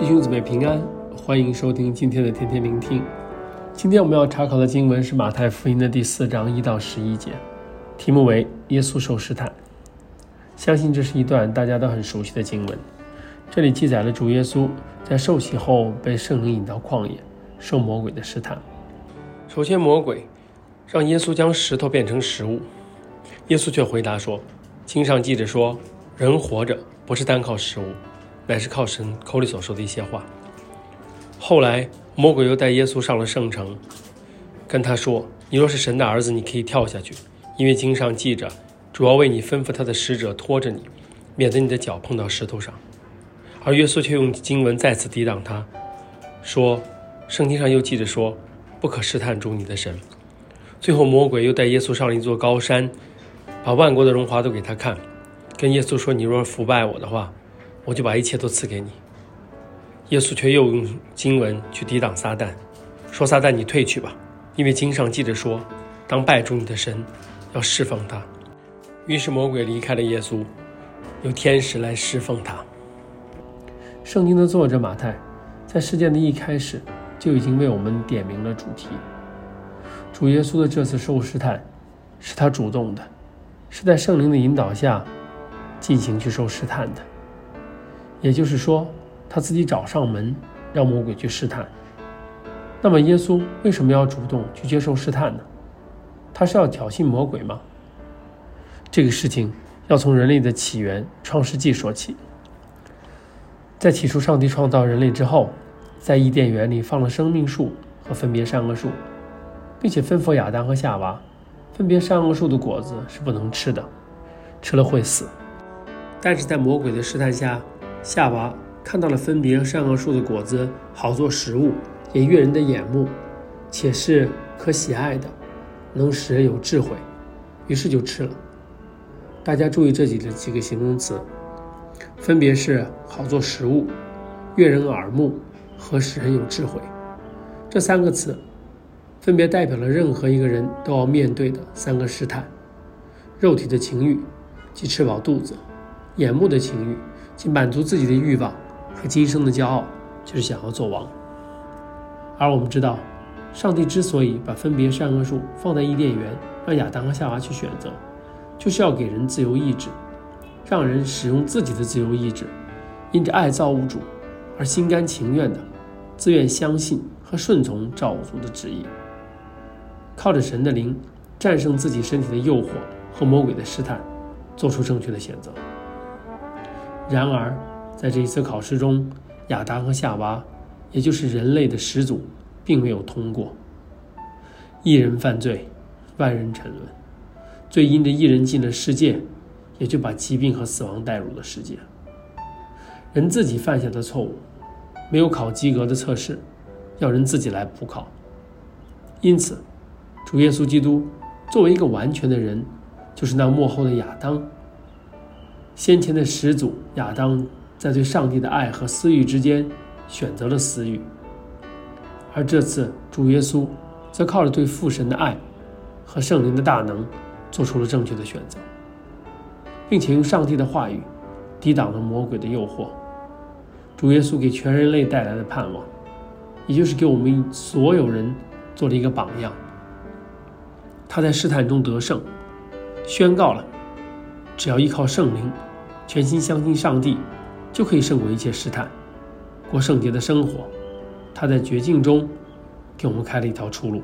弟兄姊妹平安，欢迎收听今天的天天聆听。今天我们要查考的经文是马太福音的第4章1到11节，题目为耶稣受试探。相信这是一段大家都很熟悉的经文，这里记载了主耶稣在受洗后被圣灵引到旷野，受魔鬼的试探。首先魔鬼让耶稣将石头变成食物，耶稣却回答说，经上记着说，人活着不是单靠食物，乃是靠神口里所说的一些话。后来魔鬼又带耶稣上了圣城，跟他说，你若是神的儿子，你可以跳下去，因为经上记着，主要为你吩咐他的使者拖着你，免得你的脚碰到石头上。而耶稣却用经文再次抵挡他，说圣经上又记着说，不可试探主你的神。最后魔鬼又带耶稣上了一座高山，把万国的荣华都给他看，跟耶稣说，你若腐败我的话，我就把一切都赐给你。耶稣却又用经文去抵挡撒旦，说撒旦你退去吧，因为经上记着说，当拜主你的神，要侍奉他。于是魔鬼离开了耶稣，由天使来侍奉他。圣经的作者马太在事件的一开始就已经为我们点明了主题。主耶稣的这次受试探是他主动的，是在圣灵的引导下进行去受试探的，也就是说他自己找上门让魔鬼去试探。那么耶稣为什么要主动去接受试探呢？他是要挑衅魔鬼吗？这个事情要从人类的起源创世纪说起。在起初上帝创造人类之后，在伊甸园里放了生命树和分别善恶树，并且吩咐亚当和夏娃，分别善恶树的果子是不能吃的，吃了会死。但是在魔鬼的试探下，夏娃看到了分别善恶树的果子好做食物，也悦人的眼目，且是可喜爱的，能使人有智慧，于是就吃了。大家注意这几个形容词，分别是好做食物、悦人耳目和使人有智慧。这3个词分别代表了任何一个人都要面对的3个试探：肉体的情欲，即吃饱肚子；眼目的情欲，即满足自己的欲望；和今生的骄傲，就是想要做王。而我们知道，上帝之所以把分别善恶树放在伊甸园，让亚当和夏娃去选择，就是要给人自由意志，让人使用自己的自由意志，因着爱造物主而心甘情愿的自愿相信和顺从造物主的旨意，靠着神的灵战胜自己身体的诱惑和魔鬼的试探，做出正确的选择。然而在这一次考试中，亚当和夏娃，也就是人类的始祖，并没有通过。一人犯罪，万人沉沦，罪因着一人进了世界，也就把疾病和死亡带入了世界。人自己犯下的错误，没有考及格的测试，要人自己来补考。因此主耶稣基督作为一个完全的人，就是那末后的亚当。先前的始祖亚当在对上帝的爱和私欲之间选择了私欲，而这次主耶稣则靠着对父神的爱和圣灵的大能做出了正确的选择，并且用上帝的话语抵挡了魔鬼的诱惑。主耶稣给全人类带来的盼望，也就是给我们所有人做了一个榜样。他在试探中得胜，宣告了只要依靠圣灵，全心相信上帝，就可以胜过一切试探，过圣洁的生活。他在绝境中给我们开了一条出路。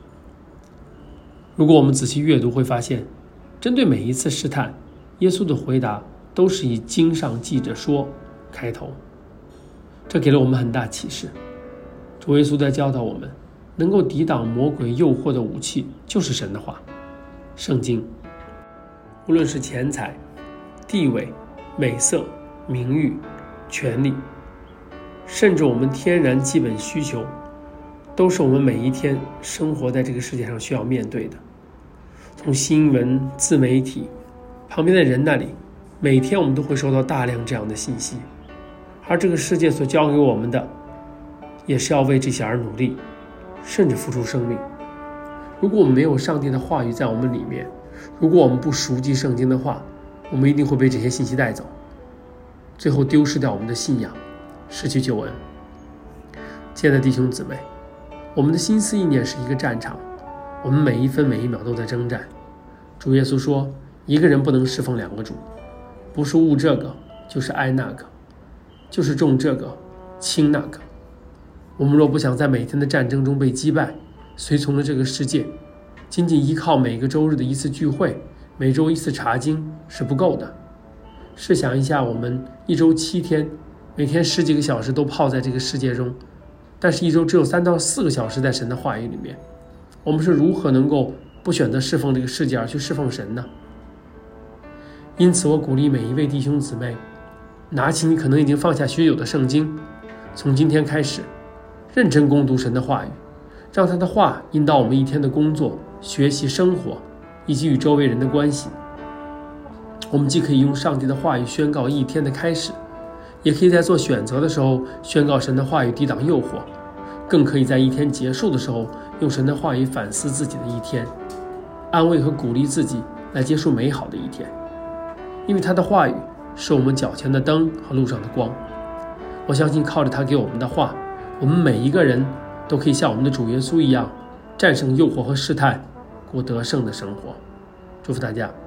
如果我们仔细阅读，会发现针对每一次试探，耶稣的回答都是以经上记着说开头，这给了我们很大启示。主耶稣在教导我们，能够抵挡魔鬼诱惑的武器就是神的话，圣经。无论是钱财、地位、美色、名誉、权利，甚至我们天然基本需求，都是我们每一天生活在这个世界上需要面对的。从新闻、自媒体、旁边的人那里，每天我们都会收到大量这样的信息，而这个世界所教给我们的，也是要为这些而努力，甚至付出生命。如果我们没有上帝的话语在我们里面，如果我们不熟记圣经的话，我们一定会被这些信息带走，最后丢失掉我们的信仰， 失去救恩。亲爱的弟兄姊妹，我们的心思意念是一个战场，我们每一分每一秒都在征战。主耶稣说，一个人不能侍奉两个主，不是恶这个就是爱那个，就是重这个轻那个。我们若不想在每天的战争中被击败，随从了这个世界，仅仅依靠每个周日的一次聚会，每周一次查经是不够的。试想一下，我们一周7天，每天10几个小时都泡在这个世界中，但是一周只有3到4个小时在神的话语里面，我们是如何能够不选择侍奉这个世界而去侍奉神呢？因此我鼓励每一位弟兄姊妹，拿起你可能已经放下许久的圣经，从今天开始认真攻读神的话语，让他的话引导我们一天的工作、学习、生活以及与周围人的关系。我们既可以用上帝的话语宣告一天的开始，也可以在做选择的时候宣告神的话语抵挡诱惑，更可以在一天结束的时候用神的话语反思自己的一天，安慰和鼓励自己来结束美好的一天。因为他的话语是我们脚前的灯和路上的光，我相信靠着他给我们的话，我们每一个人都可以像我们的主耶稣一样，战胜诱惑和试探，过得胜的生活。祝福大家。